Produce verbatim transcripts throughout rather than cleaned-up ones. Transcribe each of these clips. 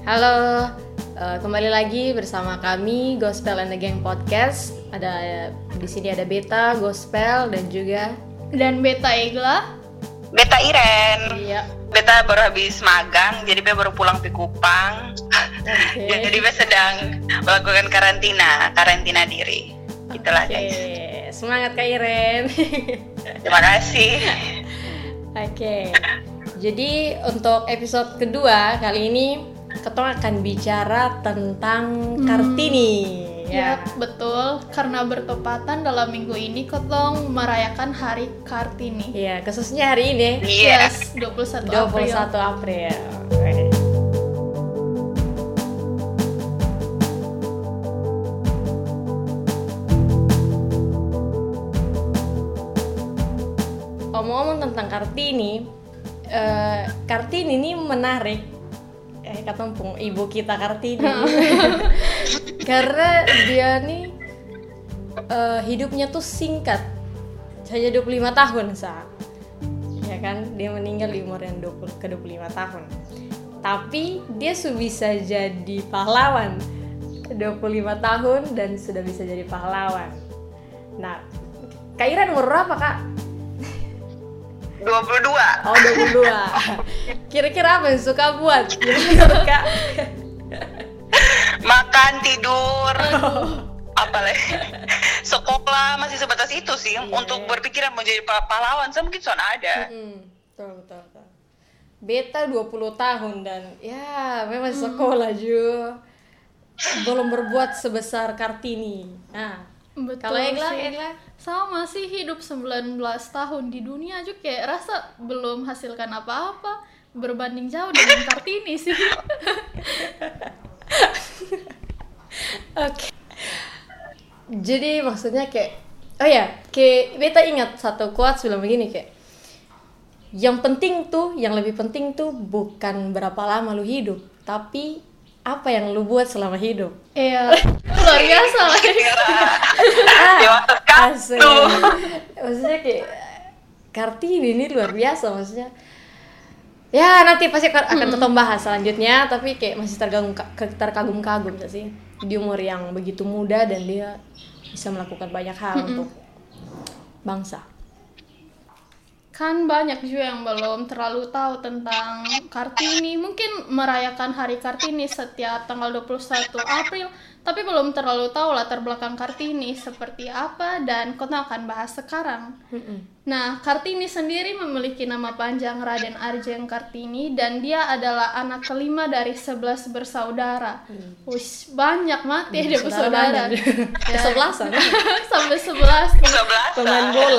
Halo, uh, kembali lagi bersama kami Gospel and the Gang Podcast. Ada di sini ada Beta, Gospel dan juga dan Beta Egla, Beta Iren. Iya. Beta baru habis magang, jadi Beta baru pulang di Kupang. Okay. Jadi Beta sedang melakukan karantina, karantina diri. Itulah okay. guys. Semangat Kak Iren. Terima kasih. Oke. Okay. Jadi untuk episode kedua kali ini Ketong akan bicara tentang Kartini. Hmm, ya, betul. Karena bertepatan dalam minggu ini Ketong merayakan Hari Kartini. Iya, khususnya hari ini. Iya. Yes, dua puluh satu dua puluh satu April. Okay. Omong-omong tentang Kartini, uh, Kartini ini menarik. Eh, kata ibu kita Kartini. Karena dia nih uh, hidupnya tuh singkat, hanya dua puluh lima tahun saat, ya kan, dia meninggal di umur yang dua puluh ke dua puluh lima tahun. Tapi dia sudah bisa jadi pahlawan ke dua puluh lima tahun dan sudah bisa jadi pahlawan. Nah, Kak Ira umur berapa Kak? dua puluh dua. Oh, dua puluh dua. Kira-kira apa yang suka buat? Suka makan, tidur, apalagi sekolah, masih sebatas itu sih. Yeah. Untuk berpikiran mau jadi pahlawan, saya mungkin soal ada. Mm-hmm. Betul, betul, betul. Beta dua puluh tahun dan ya memang sekolah mm. juga belum berbuat sebesar Kartini. Nah, betul. Kalau Egla, Egla sama sih, hidup sembilan belas tahun di dunia juga kayak rasa belum hasilkan apa-apa, berbanding jauh dengan Kartini sih. Oke. Okay. Jadi maksudnya kayak, oh ya, kayak Beta ingat satu quotes bilang begini kayak, yang penting tuh, yang lebih penting tuh bukan berapa lama lu hidup, tapi apa yang lu buat selama hidup. Iya, luar biasa lah. ah, Maksudnya kayak Kartini ini luar biasa maksudnya. Ya nanti pasti akan kita bahas selanjutnya, tapi kayak masih tergagum, terkagum-kagum sih di umur yang begitu muda dan dia bisa melakukan banyak hal mm-hmm. untuk bangsa. Kan banyak juga yang belum terlalu tahu tentang Kartini. Mungkin merayakan Hari Kartini setiap tanggal dua puluh satu April, tapi belum terlalu tahu latar belakang Kartini seperti apa, dan kita akan bahas sekarang. Mm-hmm. Nah, Kartini sendiri memiliki nama panjang Raden Arjeng Kartini, dan dia adalah anak kelima dari sebelas bersaudara. Mm. Wish, banyak mati ya dia bersaudara. Ya, sebelasan. Sampai sebelas. Pemain bola.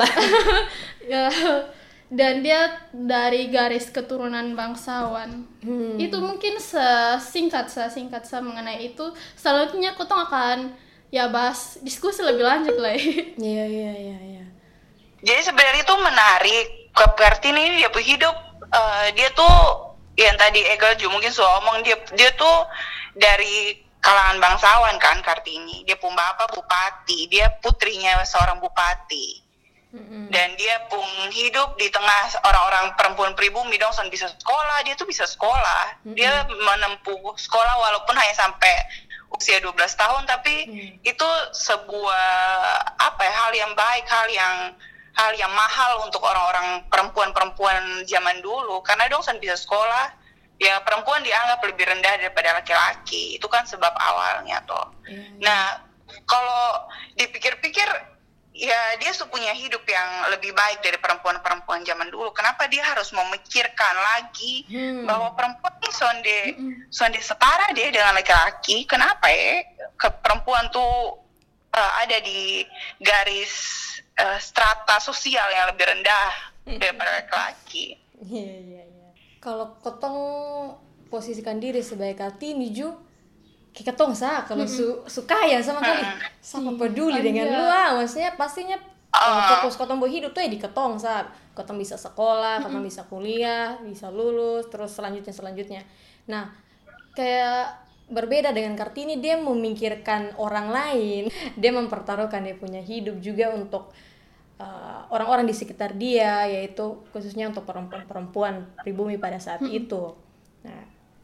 Ya. Dan dia dari garis keturunan bangsawan. Hmm. Itu mungkin sesingkat sesingkat saya mengenai itu. Selanjutnya kita akan ya bahas diskusi lebih lanjut lah. Iya iya iya iya. Jadi sebenarnya itu menarik. Kartini ini dia hidup uh, dia tuh yang tadi Egel juga mungkin sudah omong, dia dia tuh dari kalangan bangsawan kan. Kartini dia pun bapak bupati, dia putrinya seorang bupati. Mm-hmm. Dan dia pun hidup di tengah orang-orang perempuan pribumi dong, son bisa sekolah, dia tuh bisa sekolah. Mm-hmm. Dia menempuh sekolah walaupun hanya sampai usia dua belas tahun, tapi mm. itu sebuah apa ya, hal yang baik, hal yang hal yang mahal untuk orang-orang perempuan-perempuan zaman dulu, karena dong son bisa sekolah, ya perempuan dianggap lebih rendah daripada laki-laki. Itu kan sebab awalnya toh. Mm. Nah, kalau dipikir-pikir ya dia punya hidup yang lebih baik dari perempuan-perempuan zaman dulu. Kenapa dia harus memikirkan lagi hmm. bahwa perempuan ini sonde hmm. sonde setara dia dengan laki-laki? Kenapa ya ke perempuan tuh uh, ada di garis uh, strata sosial yang lebih rendah daripada laki-laki? Iya iya iya. Kalau Ketong posisikan diri sebagai Kartini ju, kayak Ketong sah kalau su- suka ya sama kali sama peduli dengan lu ah, maksudnya pastinya uh, fokus Ketong mau hidup tuh ya di Ketong sah, Ketong bisa sekolah, Ketong bisa kuliah, bisa lulus, terus selanjutnya selanjutnya. Nah kayak berbeda dengan Kartini, dia memikirkan orang lain, dia mempertaruhkan dia punya hidup juga untuk uh, orang-orang di sekitar dia, yaitu khususnya untuk perempuan-perempuan pribumi pada saat itu. Nah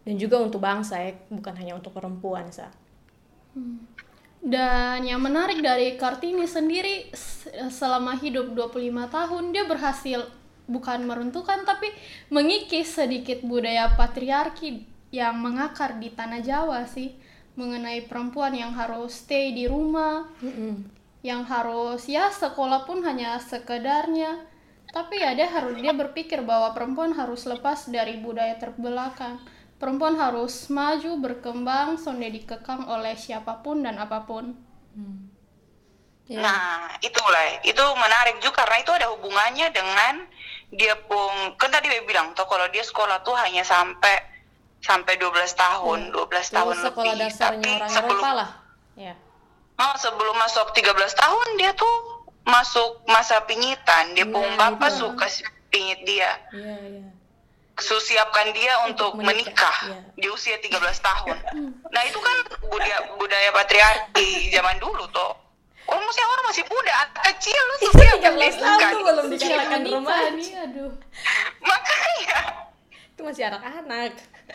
dan juga untuk bangsa ya, bukan hanya untuk perempuan sa. Hmm. Dan yang menarik dari Kartini sendiri, selama hidup dua puluh lima tahun dia berhasil bukan meruntuhkan tapi mengikis sedikit budaya patriarki yang mengakar di tanah Jawa sih, mengenai perempuan yang harus stay di rumah, mm-hmm. yang harus ya sekolah pun hanya sekedarnya, tapi ya dia harus dia berpikir bahwa perempuan harus lepas dari budaya terbelakang, perempuan harus maju berkembang, sonde dikekang oleh siapapun dan apapun. Hmm. Yeah. Nah itulah, itu menarik juga karena itu ada hubungannya dengan dia pun, kan tadi dia bilang tuh kalau dia sekolah tuh hanya sampai sampai dua belas tahun, hmm. dua belas tahun lebih. Sekolah dasarnya tapi orang sebelum, Eropa lah. Ya. Oh, sebelum masuk tiga belas tahun dia tuh masuk masa pingitan. Dia pun nah, bapak itu. suka pingit dia. Iya, iya. Susiapkan dia untuk, untuk menikah, menikah ya. Di usia tiga belas tahun. Nah, itu kan budaya budaya patriarki zaman dulu tuh. Oh, masih orang masih muda, kecil lu susiapkan tiga belas tahun tuh belum dikatakan remaja. Aduh. Makanya itu masih anak-anak.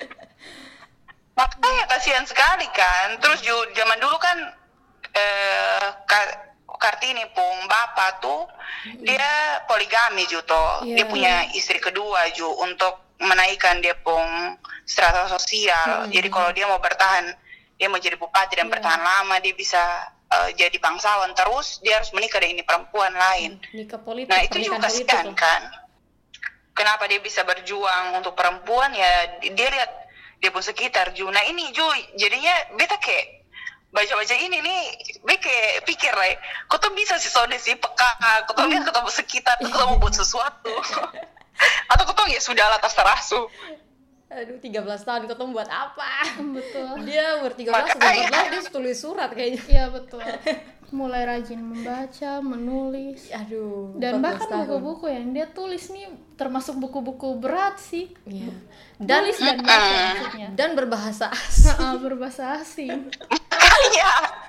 Makanya kasihan sekali kan. Terus ju, zaman dulu kan eh, Kartini pun bapak tuh mm-hmm. dia poligami Juto. Yeah. Dia punya istri kedua Ju untuk menaikkan dia pun strata sosial. Mm-hmm. Jadi kalau dia mau bertahan, dia mau jadi bupati dan yeah. bertahan lama, dia bisa uh, jadi bangsawan terus, dia harus menikah dengan ini perempuan lain. Nikah politik. Nah itu juga kasihan kan. Kenapa dia bisa berjuang untuk perempuan ya, dia lihat dia pun sekitar Ju. Nah ini Ju, jadinya beta kayak baca-baca ini nih, beta kayak pikir lah, kau tuh bisa sih soalnya sih peka, kau tuh lihat ketemu sekitar, kau tuh mau buat sesuatu, atau kau tuh ya sudahlah terserah su. Aduh, tiga belas tahun kau tuh buat apa? Betul. Dia umur tiga belas, empat belas dia tulis surat kayaknya. Iya betul. Mulai rajin membaca, menulis. Aduh. Dan bahkan buku-buku yang dia tulis nih termasuk buku-buku berat sih. Iya. Dan tulis dan baca maksudnya. Dan berbahasa asing. Nah, berbahasa asing. Iya.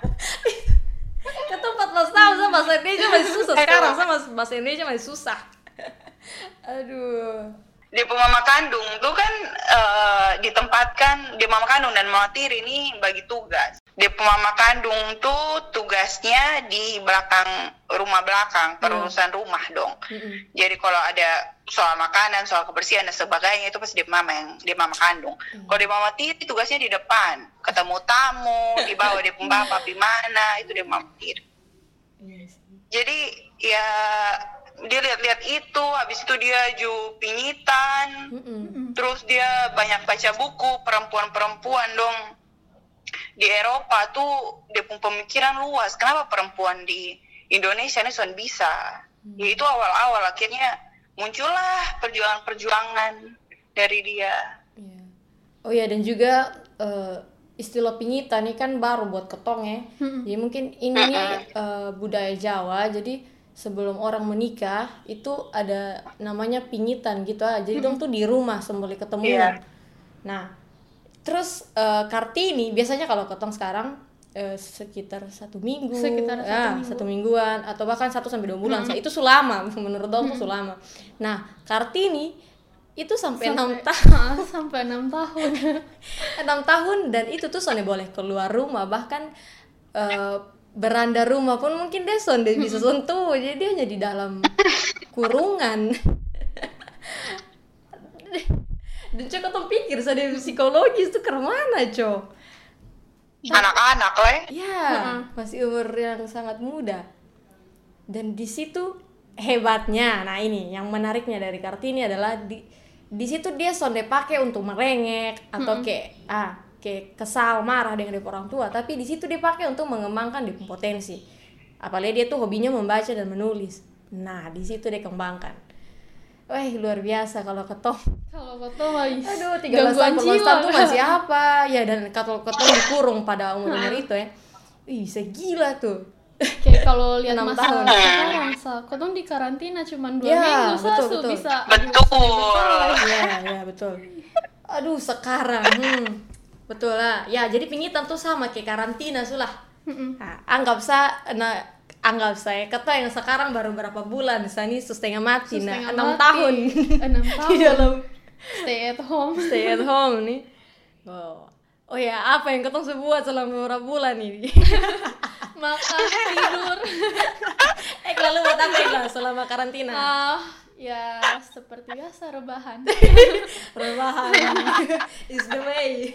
Kata empat belas tahun sama bahasa Indonesia masih susah sekarang, sama bahasa Indonesia masih susah. Aduh. Dia mama kandung tuh kan uh, ditempatkan, dia mama kandung dan mama tiri ini bagi tugas. Dia mama kandung tuh tugasnya di belakang rumah belakang, perurusan hmm. rumah dong. Hmm. Jadi kalau ada soal makanan, soal kebersihan dan sebagainya itu pasti dia mama yang dia mama kandung. Hmm. Kalau dia mama tiri tugasnya di depan, ketemu tamu, dibawa dia pembawa di mana, itu dia mama tiri. Yes. Jadi ya dia lihat-lihat itu, habis itu dia ju pingitan, mm-mm. terus dia banyak baca buku perempuan-perempuan dong di Eropa tuh, dia punya pemikiran luas. Kenapa perempuan di Indonesia ini sudah bisa? Mm. Ya itu awal-awal akhirnya muncullah perjuangan-perjuangan dari dia. Yeah. Oh ya, dan juga uh, istilah pingitan ini kan baru buat ketong ya. Mm-mm. Jadi mungkin ini uh, budaya Jawa, jadi sebelum orang menikah itu ada namanya pingitan gitu aja. Jadi mm-hmm. dong tuh di rumah sembeli ketemu. Yeah. Nah, terus uh, Kartini biasanya kalau ketong sekarang uh, sekitar satu minggu, sekitar satu, ya, minggu. satu mingguan atau bahkan satu sampai dua bulan. Mm-hmm. Itu sulama menurut dong mm-hmm. tuh sulama. Nah, Kartini itu sampai enam tahun, sampai enam tahun, enam tahun dan itu tuh soalnya boleh keluar rumah, bahkan uh, beranda rumah pun mungkin dia sonde bisa sentuh, jadi dia hanya di dalam kurungan. Dan coba tuh pikir saya psikologis tuh kemana co? Anak-anak lah. Ya, uh-huh. masih umur yang sangat muda. Dan di situ hebatnya, nah ini yang menariknya dari Kartini adalah di di situ dia sonde pakai untuk merengek atau uh-huh. kayak ah kayak kesal, marah dengan orang tua, tapi di situ dia pakai untuk mengembangkan dia potensi. Apalagi dia tuh hobinya membaca dan menulis. Nah, di situ dia kembangkan. Wah, luar biasa kalau ketong. Kalau ketong lagi. Aduh, tiga belas tahun, empat belas tahun tuh masih apa? Ya, dan kalau ketong dikurung pada umur-umur itu ya. Ih, segila tuh. Kayak kalau lihat masa sekarang, ketong di karantina cuma dua ya, minggu, betul, betul. bisa. Betul. Iya, iya, betul. Aduh, sekarang. Hmm. Betul lah, ya jadi pingitan tuh sama kayak karantina sulah. Nah, anggap saya, nah, anggap saya kata yang sekarang baru berapa bulan, saya ini setengah mati, setengah nah enam tahun, enam tahun di dalam stay at home, stay at home nih. Oh. Oh ya, apa yang ketong sebuat selama beberapa bulan ini? Makan, tidur. Eh, lalu buat apa ya selama karantina? Ah, ya seperti biasa rebahan. Rebahan is the way.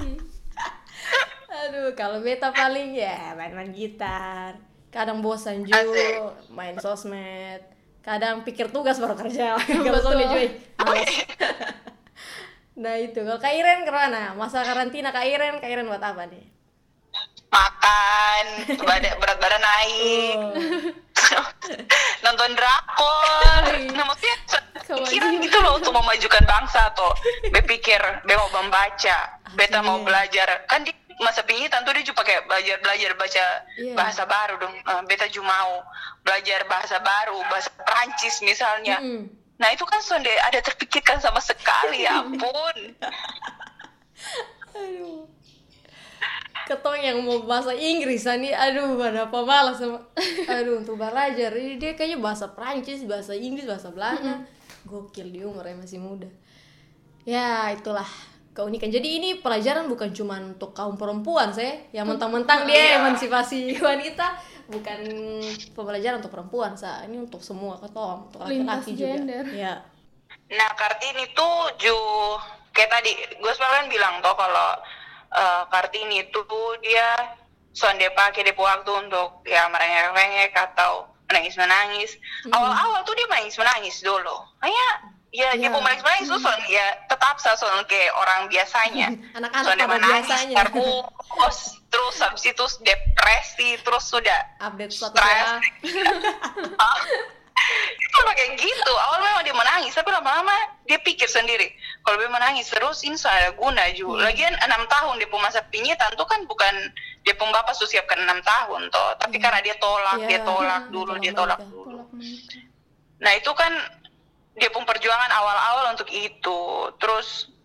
Aduh, kalau beta paling ya main-main gitar. Kadang bosan juga main sosmed. Kadang pikir tugas baru kerja. Kalau soalnya cuy. Nah itu, kalau Kak Iren kemana? Masa karantina Kak Iren, Kak Iren buat apa nih? Makan, badan, berat badan naik, oh. Nonton drakor. Nah maksudnya pikiran gitu loh untuk memajukan bangsa tuh. Berpikir, be mau membaca, beta mau belajar. Kan di masa pingitan tuh dia juga pakai belajar belajar baca yeah. bahasa baru dong. Uh, beta juga mau belajar bahasa baru, bahasa Prancis misalnya. Mm-hmm. Nah itu kan sonde ada terpikirkan sama sekali, ya ampun. Aduh. Ketong yang mau bahasa Inggris nih, aduh ada apa malas sama, aduh untuk belajar. Ini dia kayaknya bahasa Prancis, bahasa Inggris, bahasa Belanda. Gokil di umurnya masih muda. Ya itulah keunikan. Jadi ini pelajaran bukan cuma untuk kaum perempuan saya, yang mentang-mentang dia emansipasi wanita. Bukan pembelajaran untuk perempuan, sa. Ini untuk semua ketong, untuk laki-laki juga. Gender. Ya. Nah, Kartini tuh ju kayak tadi gue sekalian bilang toh kalau uh, Kartini itu dia sonde pakai dia waktu untuk ya merengek-rengek atau menangis-menangis. Hmm. Awal-awal tuh dia menangis-menangis dulu. Hanya ya, ya. dia mau menangis-menangis tuh son ya tetap sa son kayak orang biasanya. Anak-anak pada biasanya. Terus terus habis itu depresi, terus sudah update stres. Itu kayak gitu. Awal memang dia menangis, tapi lama-lama dia pikir sendiri. Kalau dia menangis terus, ini ada guna juga. Lagian enam tahun dia masa pingitan tuh kan bukan dia pun bapak sudah siapkan enam tahun toh, tapi karena dia tolak, yeah. dia tolak dulu, dia tolak dulu. Nah itu kan dia pun perjuangan awal-awal untuk itu. Terus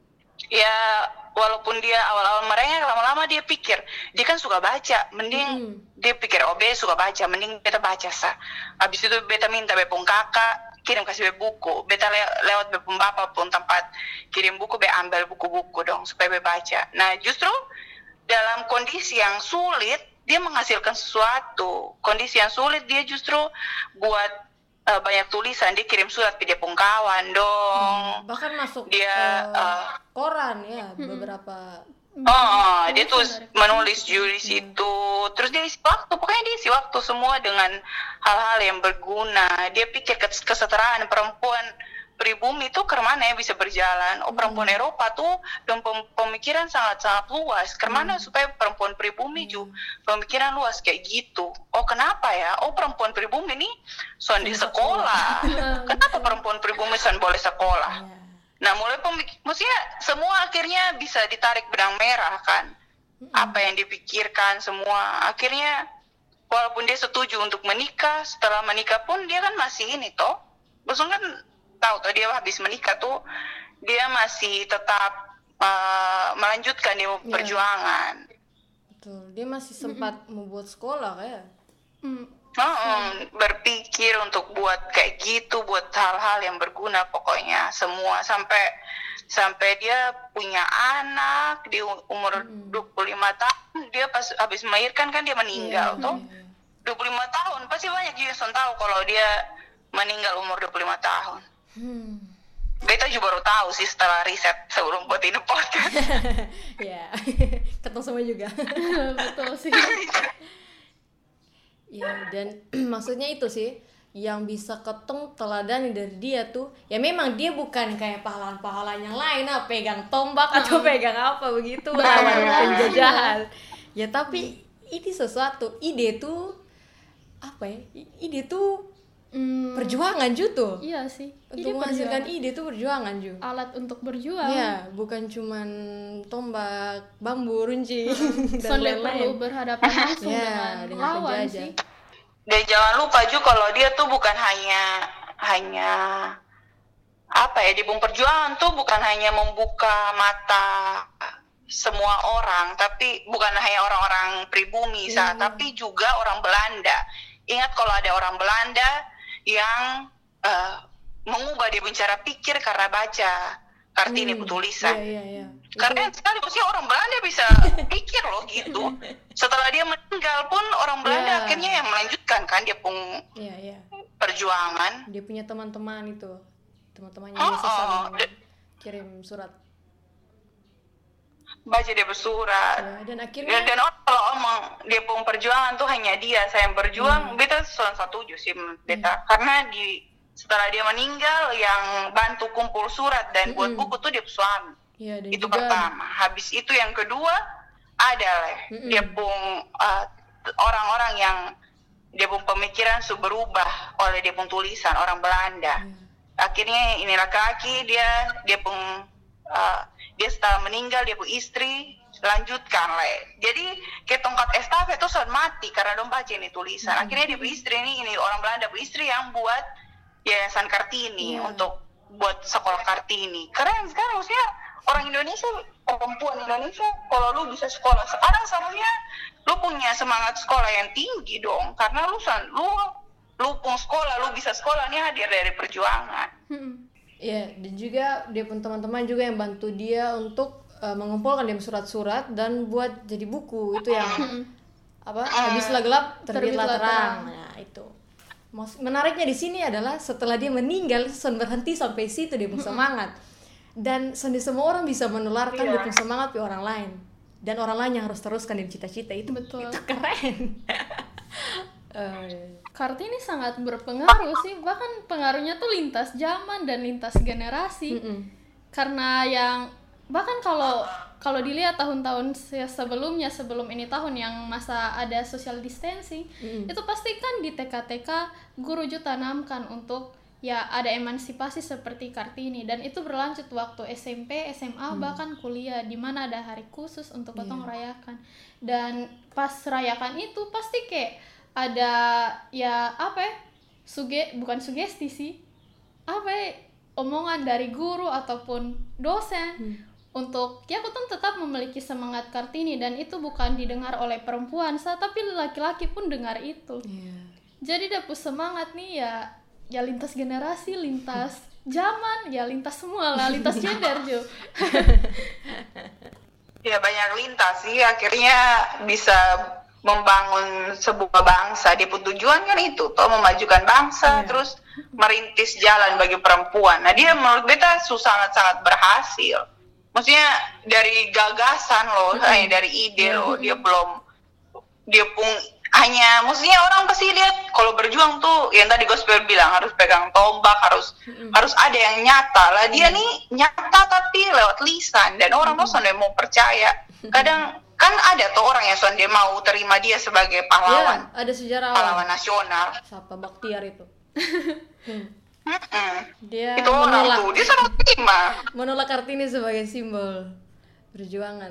ya walaupun dia awal-awal merengek, lama-lama dia pikir dia kan suka baca, mending mm. dia pikir oh beta suka baca, mending beta baca sa. Habis itu beta minta bepung kakak kirim kasih be buku, beta le- lewat bepung bapak pun tempat kirim buku, be ambil buku-buku dong supaya be baca. Nah justru dalam kondisi yang sulit dia menghasilkan sesuatu. Kondisi yang sulit dia justru buat Uh, banyak tulisan, dia kirim surat ke dia pun kawan dong. Hmm, bahkan masuk dia uh, uh, koran ya beberapa. Oh, dia tuh menulis juga di situ. Terus dia isi waktu, pokoknya dia isi waktu semua dengan hal-hal yang berguna. Dia pikir kesetaraan perempuan pribumi itu kemana ya bisa berjalan. Oh, perempuan hmm. Eropa tuh dengan pemikiran sangat-sangat luas. Kemana hmm. supaya perempuan pribumi hmm. juga pemikiran luas kayak gitu. Oh, kenapa ya? Oh, perempuan pribumi nih soal di sekolah. Kenapa perempuan pribumi soal boleh sekolah? Yeah. Nah, mulai pemik- maksudnya semua akhirnya bisa ditarik benang merah kan. Hmm. Apa yang dipikirkan semua. Akhirnya walaupun dia setuju untuk menikah, setelah menikah pun dia kan masih ini toh. Maksudnya kan tahu tuh dia habis menikah tuh dia masih tetap uh, melanjutkan dia yeah. perjuangan. Betul, dia masih sempat mm-hmm. membuat sekolah kayak. Mm. Oh, berpikir untuk buat kayak gitu, buat hal-hal yang berguna pokoknya semua sampai sampai dia punya anak di umur mm. dua puluh lima tahun. Dia pas habis melahirkan kan dia meninggal yeah, tuh. Yeah. dua puluh lima tahun pasti banyak juga yang tahu kalau dia meninggal umur dua puluh lima tahun. Hmm. Beta juga baru tahu sih setelah riset sebelum buat ini podcast. Ya, ketemu semua juga. Betul sih. Ya, dan maksudnya itu sih yang bisa ketong teladani dari dia tuh, ya memang dia bukan kayak pahlawan-pahlawan yang lain, ah, pegang tombak atau pegang apa begitu lawan penjajahan. Ya tapi ini sesuatu, ide tuh apa ya? Ide tuh Hmm, perjuangan juga tuh. Iya sih. Untuk menghasilkan ide tuh perjuangan juga. Alat untuk berjuang. Iya, bukan cuman tombak, bambu, runcing dan lain-lain. Perlu berhadapan langsung ya, dengan, dengan lawan penjajah. Sih. Dan jangan lupa juga kalau dia tuh bukan hanya hanya apa ya, di bum perjuangan tuh bukan hanya membuka mata semua orang, tapi bukan hanya orang-orang pribumi, hmm. Sa, tapi juga orang Belanda. Ingat kalau ada orang Belanda yang uh, mengubah dia cara pikir karena baca Kartini Hmm, tulisan. iya iya iya. Keren sekali, maksudnya orang Belanda bisa pikir loh gitu. Setelah dia meninggal pun orang Belanda Iya. akhirnya yang melanjutkan kan dia pun Iya iya. perjuangan. Dia punya teman-teman itu, teman-temannya Oh, dia sesama oh. kirim surat. Baca dia bersurat. Ya, dan akhirnya Dan, dan orang kalau ngomong dia pun perjuangan tuh hanya dia saya yang berjuang, Hmm. beta salah satu sih beta karena di setelah dia meninggal yang bantu kumpul surat dan buat Mm-mm. buku tuh dia suami. ya, dan Itu juga pertama. Habis itu yang kedua adalah Mm-mm. dia pun uh, orang-orang yang dia pun pemikiran su berubah oleh dia pun tulisan orang Belanda. ya, Akhirnya ini laki-laki dia dia pun uh, dia setelah meninggal dia pun istri lanjutkan lah. Jadi kayak tongkat estafet itu sudah mati karena dong baca ini tulisan. Akhirnya dia pun istri ini ini orang Belanda pun istri yang buat Yayasan Kartini Iya. untuk buat sekolah Kartini. Keren sekali maksudnya orang Indonesia, perempuan Indonesia kalau lu bisa sekolah sekarang seharusnya lu punya semangat sekolah yang tinggi dong karena lu san lu lu pun sekolah lu bisa sekolah ini hadir dari perjuangan. Mm-mm. ya, dan juga dia pun teman-teman juga yang bantu dia untuk uh, mengumpulkan dia surat-surat dan buat jadi buku itu yang apa habislah gelap terbitlah Terbitlah terang. terang. Nah itu Mas- menariknya di sini adalah setelah dia meninggal Son berhenti sampai situ dia pun semangat dan Son semua orang bisa menularkan Iya. dia pun semangat ke orang lain dan orang lain yang harus teruskan dia cita-cita itu Betul. itu keren. Eh, Kartini sangat berpengaruh sih, bahkan pengaruhnya tuh lintas zaman dan lintas generasi. mm-mm. Karena yang bahkan kalau kalau dilihat tahun-tahun se- sebelumnya sebelum ini tahun yang masa ada social distancing, Mm-mm. itu pasti kan di T K T K guru juga tanamkan untuk ya ada emansipasi seperti Kartini dan itu berlanjut waktu S M P, S M A bahkan kuliah di mana ada hari khusus untuk potong rayakan. Dan pas rayakan itu pasti kayak ada ya apa ya? Suge bukan sugesti sih. Apa ya? Omongan dari guru ataupun dosen Hmm. untuk ya Kotong tetap memiliki semangat Kartini dan itu bukan didengar oleh perempuan sa tapi laki-laki pun dengar itu. Iya. Jadi dapur semangat nih ya ya lintas generasi, lintas zaman, ya lintas semua lah, lintas gender Jo. Ya banyak lintas sih akhirnya bisa membangun sebuah bangsa. Dia pun tujuan kan itu toh memajukan bangsa Iya. terus merintis jalan bagi perempuan. Nah dia menurut beta su sangat-sangat berhasil. Maksudnya dari gagasan loh, hanya dari ide loh, dia belum dia pun hanya maksudnya orang pasti lihat kalau berjuang tuh yang tadi gospel bilang harus pegang tombak, harus harus ada yang nyata lah. Dia nih nyata tapi lewat lisan dan orang tuh sonde mau percaya. Kadang kan ada tuh orang yang sonde mau terima dia sebagai pahlawan, Ya, ada sejarawan pahlawan nasional. siapa Baktiar itu. Hmm. Mm-mm. Dia Itu orang menolak tuh dia sangat terima. menolak Kartini sebagai simbol perjuangan.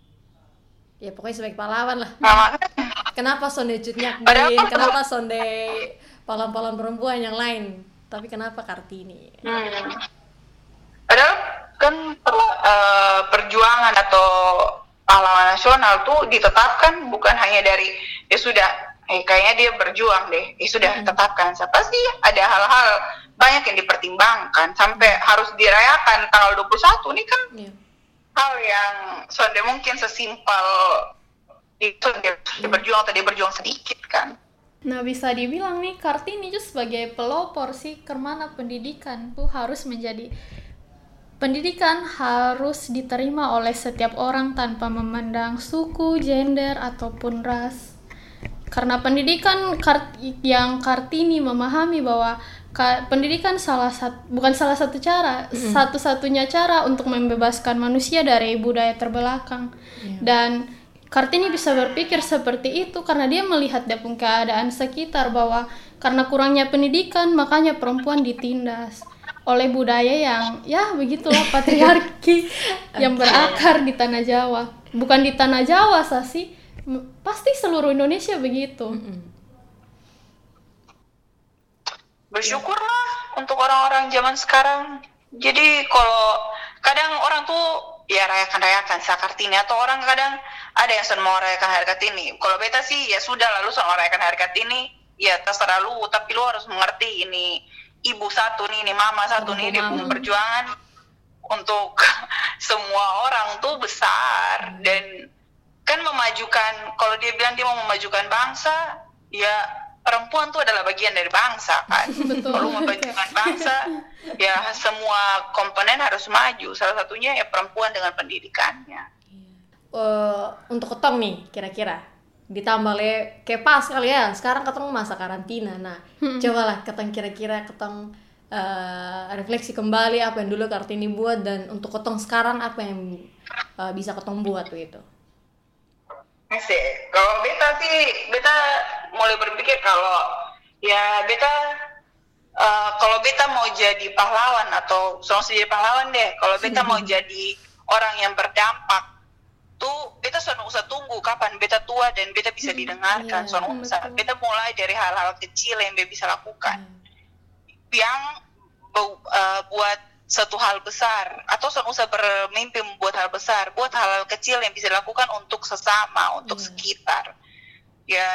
Ya pokoknya sebagai pahlawan lah. Nah, makanya Kenapa sonde Cutnyak Padahal Din? kan Kenapa sonde pahlawan-pahlawan perempuan yang lain? Tapi kenapa Kartini? Hmm. Padahal kan uh, perjuangan atau pahlawan nasional tuh ditetapkan bukan hanya dari ya sudah eh kayaknya dia berjuang deh, ya sudah tetapkan. Pasti ada hal-hal banyak yang dipertimbangkan sampai harus dirayakan tanggal dua puluh satu ini kan Iya. hal yang sonde mungkin sesimpel itu dia berjuang atau dia berjuang sedikit kan. Nah bisa dibilang nih Kartini juga sebagai pelopor sih kemana pendidikan tuh harus menjadi pendidikan harus diterima oleh setiap orang tanpa memandang suku, gender ataupun ras. Karena pendidikan kart- yang Kartini memahami bahwa ka- pendidikan salah satu bukan salah satu cara, mm-hmm. satu-satunya cara untuk membebaskan manusia dari budaya terbelakang. Yeah. Dan Kartini bisa berpikir seperti itu karena dia melihat dari keadaan sekitar bahwa karena kurangnya pendidikan makanya perempuan ditindas oleh budaya yang ya begitulah patriarki yang berakar di tanah Jawa. Bukan di tanah Jawa sih, pasti seluruh Indonesia begitu. Mm-mm. Bersyukurlah untuk orang-orang zaman sekarang. Jadi kalau kadang orang tuh ya rayakan-rayakan Kartini atau orang kadang ada yang senang mau rayakan hari Kartini. Kalau beta sih ya sudah lalu senang rayakan hari Kartini, ya terserah lu, tapi lu harus mengerti ini ibu satu nih, ini mama satu nih, dia punya perjuangan untuk semua orang tuh besar. Dan kan memajukan, kalau dia bilang dia mau memajukan bangsa, ya perempuan tuh adalah bagian dari bangsa kan. Kalau memajukan bangsa, ya semua komponen harus maju. Salah satunya ya perempuan dengan pendidikannya. Uh, untuk ketong nih kira-kira ditambah le kayak pas kali ya sekarang ketong masa karantina. Nah, hmm. cobalah ketong kira-kira ketong uh, refleksi kembali apa yang dulu Kartini buat dan untuk ketong sekarang apa yang uh, bisa ketong buat begitu. Asik. Kalau beta sih, beta mulai berpikir kalau ya beta uh, kalau beta mau jadi pahlawan atau langsung jadi pahlawan deh. Kalau beta mau jadi orang yang berdampak, tuh beta sudah usah tunggu kapan beta tua dan beta bisa didengarkan. Yeah, soalnya usah beta mulai dari hal-hal kecil yang beta bisa lakukan, mm. yang uh, buat satu hal besar, atau soalnya usah bermimpi membuat hal besar, buat hal-hal kecil yang bisa dilakukan untuk sesama, untuk mm. sekitar. Ya,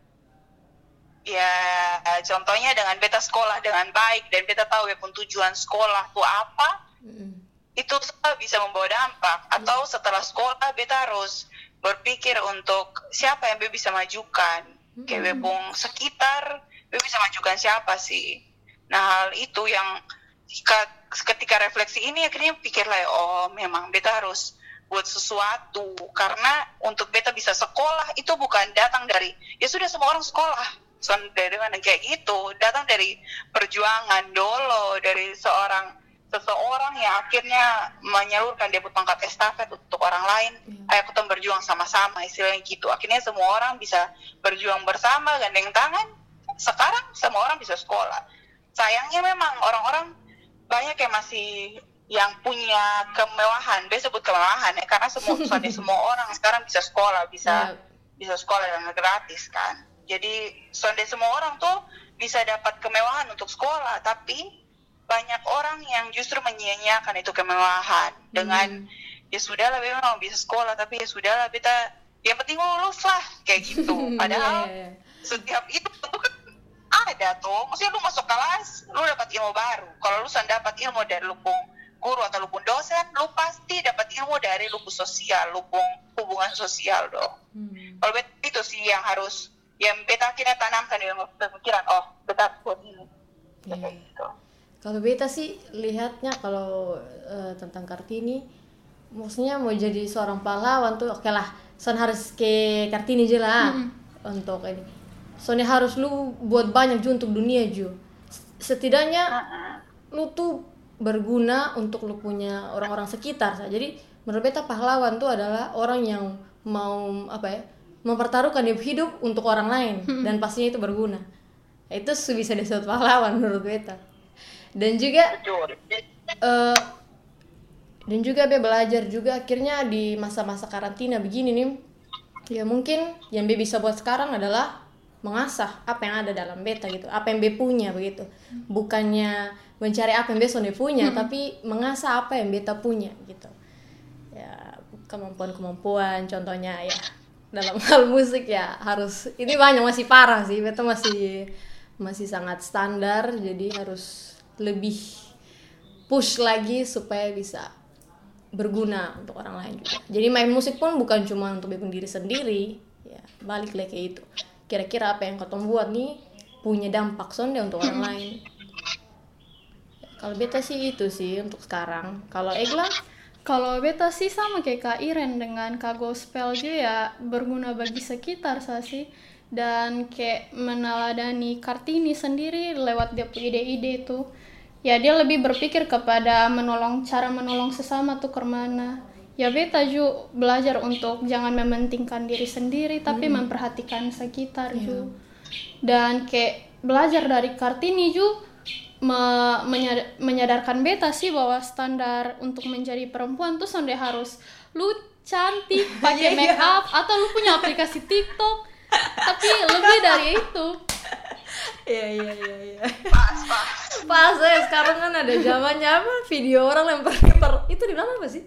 ya contohnya dengan beta sekolah dengan baik dan beta tahu ya pun tujuan sekolah tuh apa. Mm. Itu bisa membawa dampak. Atau setelah sekolah beta harus berpikir untuk siapa yang beta bisa majukan, mm-hmm. kayak bepung sekitar beta bisa majukan siapa sih. Nah hal itu yang ketika refleksi ini akhirnya pikirlah oh memang beta harus buat sesuatu, karena untuk beta bisa sekolah itu bukan datang dari ya sudah semua orang sekolah so, dari mana kayak gitu, datang dari perjuangan dulu dari seorang seseorang yang akhirnya menyalurkan dia pangkat estafet untuk orang lain. hmm. Ayo kita berjuang sama-sama, istilahnya gitu. Akhirnya semua orang bisa berjuang bersama, gandeng tangan. Sekarang semua orang bisa sekolah. Sayangnya memang orang-orang banyak yang masih yang punya kemewahan, biasa sebut kemewahan ya, karena semua semua orang sekarang bisa sekolah, bisa yeah. bisa sekolah dengan gratis kan. Jadi sonde semua orang tuh bisa dapat kemewahan untuk sekolah, tapi banyak orang yang justru menyia-nyiakan itu kemewahan dengan hmm. ya sudahlah memang bisa sekolah tapi ya sudahlah beta yang penting lulus lah kayak gitu. Padahal yeah, yeah. setiap itu tuh kan ada tuh, maksudnya lu masuk kelas lu dapat ilmu baru. Kalau lu sudah dapat ilmu dari lupung guru atau lupung dosen, lu pasti dapat ilmu dari lupung sosial, lupung hubungan sosial dong. hmm. Kalau beta itu sih yang harus yang beta akhirnya tanamkan dalam pemikiran, oh beta buat ini kayak yeah. gitu. Kalau beta sih lihatnya kalau uh, tentang Kartini, maksudnya mau jadi seorang pahlawan tuh oke okay lah, son harus ke Kartini aja lah mm-hmm. untuk ini. Soalnya harus lu buat banyak juga untuk dunia juga. Setidaknya uh-uh. lu tuh berguna untuk lu punya orang-orang sekitar. Jadi menurut beta pahlawan tuh adalah orang yang mau apa ya, mempertaruhkan hidup untuk orang lain mm-hmm. dan pastinya itu berguna. Itu bisa disebut pahlawan menurut beta. Dan juga uh, dan juga be belajar juga akhirnya di masa-masa karantina begini nih, ya mungkin yang be bisa buat sekarang adalah mengasah apa yang ada dalam beta gitu, apa yang be punya begitu, bukannya mencari apa yang be sonde punya, hmm. tapi mengasah apa yang beta punya gitu ya, kemampuan-kemampuan contohnya ya dalam hal musik ya harus ini banyak masih parah sih, beta masih masih sangat standar, jadi harus lebih push lagi supaya bisa berguna untuk orang lain juga. Jadi main musik pun bukan cuma untuk bikin diri sendiri, ya balik lagi kayak itu. Kira-kira apa yang kau buat nih punya dampak sonde untuk orang lain. Kalau beta sih itu sih untuk sekarang. Kalau Egla? Kalau beta sih sama kayak Kak Iren dengan Kak Gospel juga ya, berguna bagi sekitar saya sih. Dan kayak meneladani Kartini sendiri lewat dia punya ide-ide itu. Ya dia lebih berpikir kepada menolong, cara menolong sesama tuh kemana. Ya beta juga belajar untuk jangan mementingkan diri sendiri tapi hmm. memperhatikan sekitar yeah. juga. Dan kayak belajar dari Kartini juga me- menyad- menyadarkan beta sih bahwa standar untuk menjadi perempuan tuh sampai harus lu cantik pakai make up atau lu punya aplikasi TikTok, tapi lebih dari itu. Iya iya iya iya. Pas pas. Pas ya sekarang kan ada zamannya apa video orang lempar-lempar itu di nama apa sih?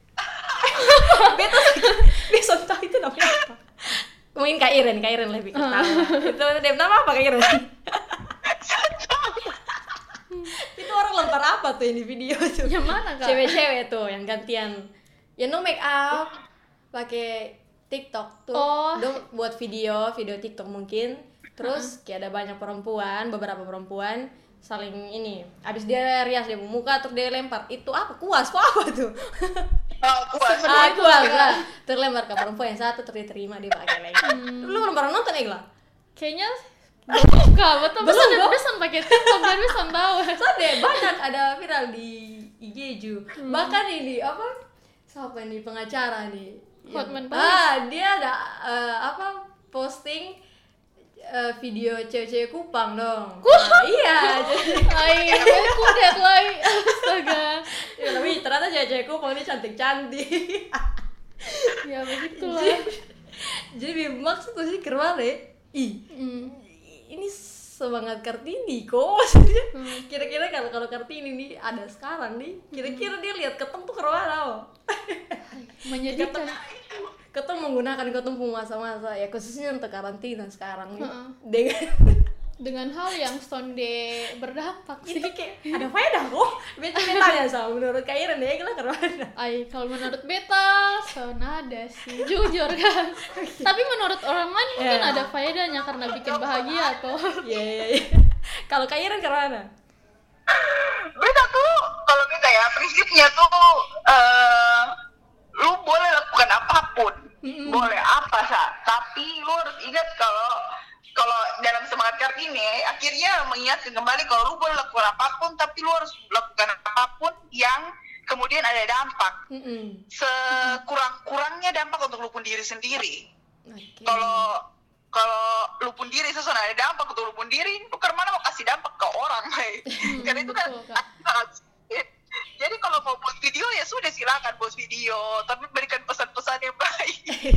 Beta besok tahu itu namanya apa? Mungkin Kak Iren, Kak Iren lebih tahu. Itu nama apa Kak Iren? Itu orang lempar apa apa tuh ini video tuh? Yang mana Kak? Cewek-cewek tuh yang gantian, ya no make up, pakai TikTok tuh, Oh. dong buat video, video TikTok mungkin. Terus kayak ada banyak perempuan, beberapa perempuan saling ini. Abis dia rias dia muka terus dia lempar. Itu apa? Kuas, kok apa tuh? Oh, kuas. Ah, kuas lah. Terlempar ke perempuan yang satu terus diterima dia pakai lagi. Hmm. Lu belum pernah nonton Egla? Kayaknya belum Kak, betul Belum, betul Kak? bisa pakai TikTok dan bisa tahu. Soalnya banyak ada viral di I G ju. Hmm. Bahkan ini apa? Siapa nih pengacara nih? Hotman Yang- ah, dia ada eh, apa? Posting eh, video cewek-cewek Kupang dong. Nah, iya. Jadi, Ay, aku lihat lagi. Astaga. ya, tapi ternyata cewek-cewek Kupang ini cantik-cantik. Ya begitulah. Jadi maksud tuh sih keren deh. Ih, Hmm. ini semangat Kartini kok maksudnya. Hmm. Kira-kira kalau kalau Kartini nih ada sekarang nih, kira-kira dia lihat ketemu tuh keren tau. Menyedihkan. Ketemu menggunakan ketemu masa-masa ya khususnya untuk karantina sekarang nih. Heeh. Dengan Dengan hal yang sonde berdampak sih. itu kayak ada faedah kok. Beta-betanya sama menurut Kak Iren ya gila keren. Ay, kalau menurut beta, sonada sih, jujur kan. Tapi menurut orang lain mungkin Ya. ada faedahnya karena bikin bahagia toh. Iya iya iya. Kalau Kak Iren kemana? Beta tuh kalau beta ya prinsipnya tuh eh lu boleh lakukan apapun, boleh apa sa, tapi lu harus ingat kalau kalau dalam semangat Kartini akhirnya mengingatkan kembali kalau lu boleh lakukan apapun, tapi lu harus lakukan apapun yang kemudian ada dampak. Mm-mm. Sekurang-kurangnya dampak untuk lu pun diri sendiri. Oke. Kalau kalau lu pun diri sesuatu ada dampak untuk lu pun diri, lu ke mana mau kasih dampak ke orang, Mai. Karena itu kan betul, Kak. sangat sulit. Jadi kalau mau buat video ya sudah silakan buat video, tapi berikan pesan-pesan yang baik.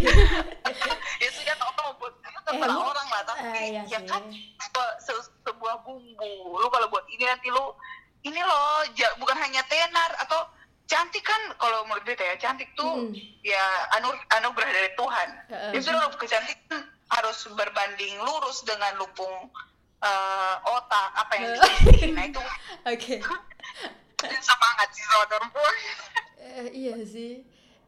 Ya sudah kalau mau buat video terserah Eh, orang lah, tapi eh, iya ya sih. kan se- se- sebuah bumbu. Lu kalau buat ini nanti lu ini loh ja- bukan hanya tenar atau cantik kan, kalau menurut beta ya cantik tuh Hmm. ya anu anugerah dari Tuhan. Heeh. Ya sudah, kecantikan harus berbanding lurus dengan lupung eh, otak apa yang Eh. dimiliki. Nah itu Oke. semangat sih sama perempuan. Eh, iya sih.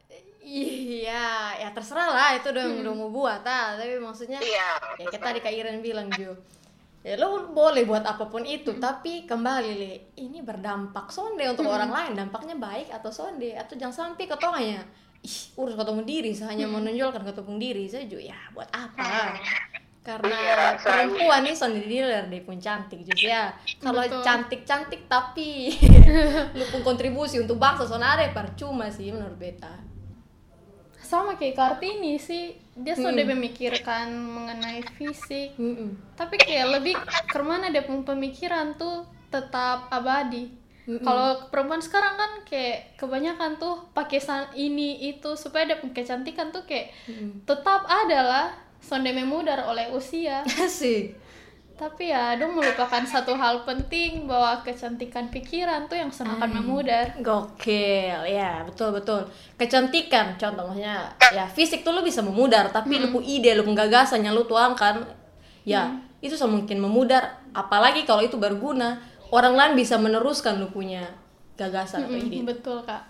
Iya, ya terserah lah itu udah udah mau buat ah, tapi maksudnya Iya. ya kita tadi Kak Iren bilang Jo. Ya lo boleh buat apapun itu, tapi kembali Le, ini berdampak sonde untuk orang lain, dampaknya baik atau sonde atau jangan sampai ketonganya. Ih, urus ketemu diri, saya hanya menonjolkan ketemu diri saya Jo, ya buat apa? Karena Iya, perempuan nih sonde dealer dia pun cantik juga ya. Kalau Betul. cantik-cantik tapi lu pun kontribusi untuk bangsa sonade percuma sih menurut beta. Sama kayak Kartini sih, dia sudah Hmm. memikirkan mengenai fisik. Mm-mm. Tapi kayak lebih kemana dia punya pemikiran tuh tetap abadi. Mm-mm. Kalau perempuan sekarang kan kayak kebanyakan tuh pakai san- ini itu supaya dia punya kecantikan tuh kayak Mm-mm. tetap adalah sonde memudar oleh usia. Asik. Tapi ya dong melupakan satu hal penting bahwa kecantikan pikiran tuh yang akan memudar. Gokil, ya betul betul. Kecantikan, contohnya ya fisik tuh lu bisa memudar, tapi lu punya ide, lu punya gagasan yang lu tuangkan, ya itu semakin memudar. Apalagi kalau itu berguna, orang lain bisa meneruskan lu punya gagasan atau ide. Mm, betul Kak.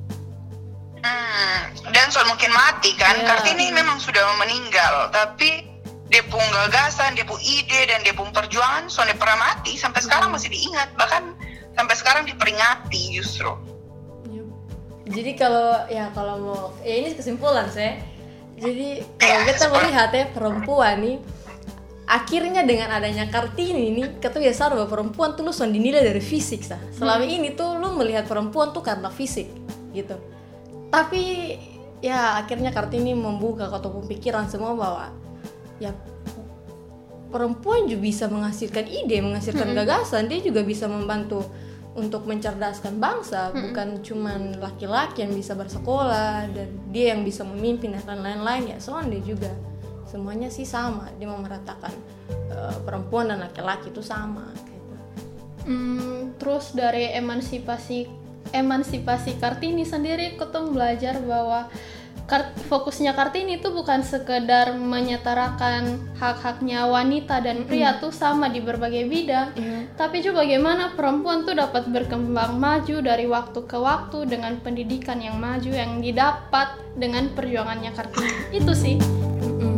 Hmm, dan soal mungkin mati kan, Iya. Kartini memang sudah meninggal, tapi dia pun gagasan, dia pun ide dan dia pun perjuangan soalnya pernah mati sampai sekarang masih diingat, bahkan sampai sekarang diperingati justru. Yup. Jadi kalau ya kalau mau ya ini kesimpulan saya. Jadi kalau kita melihat ya perempuan nih akhirnya dengan adanya Kartini nih kita ya sadar bahwa perempuan tuh lu sudah dinilai dari fisik sah. Selama ini tuh lu melihat perempuan tuh karena fisik gitu. Tapi ya akhirnya Kartini membuka ataupun pikiran semua bahwa ya perempuan juga bisa menghasilkan ide, menghasilkan gagasan, dia juga bisa membantu untuk mencerdaskan bangsa, bukan cuman laki-laki yang bisa bersekolah dan dia yang bisa memimpin dan lain-lain ya, soalnya dia juga semuanya sih sama, dia memeratakan uh, perempuan dan laki-laki itu sama gitu. Hmm, terus dari emansipasi emansipasi Kartini sendiri, ketong belajar bahwa Kart- fokusnya Kartini itu bukan sekedar menyetarakan hak-haknya wanita dan pria tuh sama di berbagai bidang, Iya. tapi juga bagaimana perempuan tuh dapat berkembang maju dari waktu ke waktu dengan pendidikan yang maju yang didapat dengan perjuangannya Kartini. Itu sih. Mm-mm.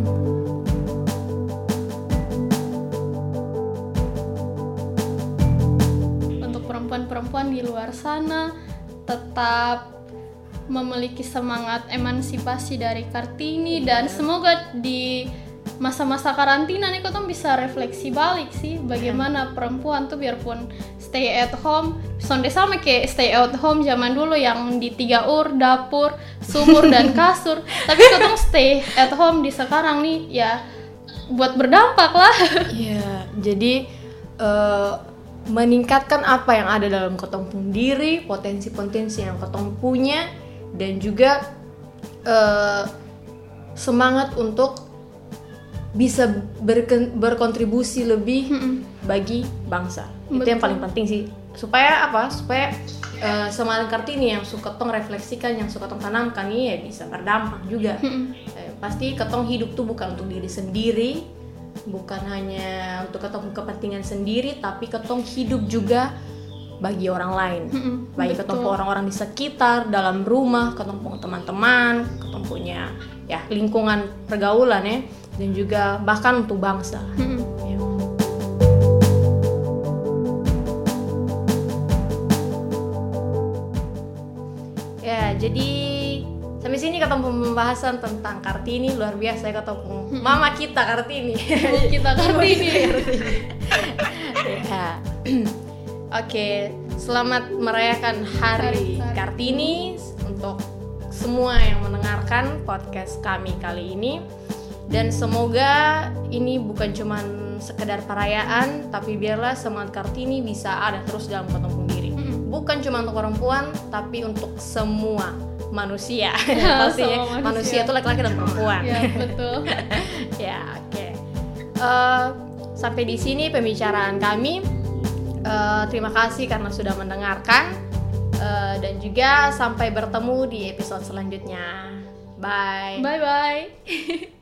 Untuk perempuan-perempuan di luar sana tetap memiliki semangat emansipasi dari Kartini, dan semoga di masa-masa karantina nih kau bisa refleksi balik sih bagaimana perempuan tuh biarpun stay at home, sonde sama kayak stay at home zaman dulu yang di tiga ur, dapur, sumur dan kasur, tapi kau stay at home di sekarang nih ya buat berdampak lah. Iya, jadi uh, meningkatkan apa yang ada dalam ketong diri, potensi-potensi yang ketong punya, dan juga uh, semangat untuk bisa berken- berkontribusi lebih Mm-mm. bagi bangsa. Itu Betul. yang paling penting sih. Supaya apa? Supaya uh, semangat Kartini yang suka tong refleksikan, yang suka tong tanamkan ini ya bisa berdampak juga. Mm-mm. Eh, pasti ketong hidup tuh bukan untuk diri sendiri, bukan hanya untuk ketong kepentingan sendiri, tapi ketong hidup juga bagi orang lain. Mm-mm, Bagi betul. ketong orang-orang di sekitar, dalam rumah, ketong punya teman-teman, ketong punya ya lingkungan pergaulan ya, dan juga bahkan untuk bangsa. Mm-mm. Ya. Ya, jadi sampai sini ketemu pembahasan tentang Kartini, luar biasa ya ketemu mama kita Kartini. Ibu kita Kartini. Ya. Oke, selamat merayakan Hari Hari Kartini untuk semua yang mendengarkan podcast kami kali ini. Dan semoga ini bukan cuma sekedar perayaan, tapi biarlah semangat Kartini bisa ada terus dalam ketemu diri. Mm-mm. Bukan cuma untuk perempuan, tapi untuk semua manusia. Ya, Pastinya semua manusia manusia. itu laki-laki dan perempuan. Ya, betul. Ya, oke. Eh, sampai di sini pembicaraan kami. Eh, terima kasih karena sudah mendengarkan. Eh, dan juga sampai bertemu di episode selanjutnya. Bye. Bye bye.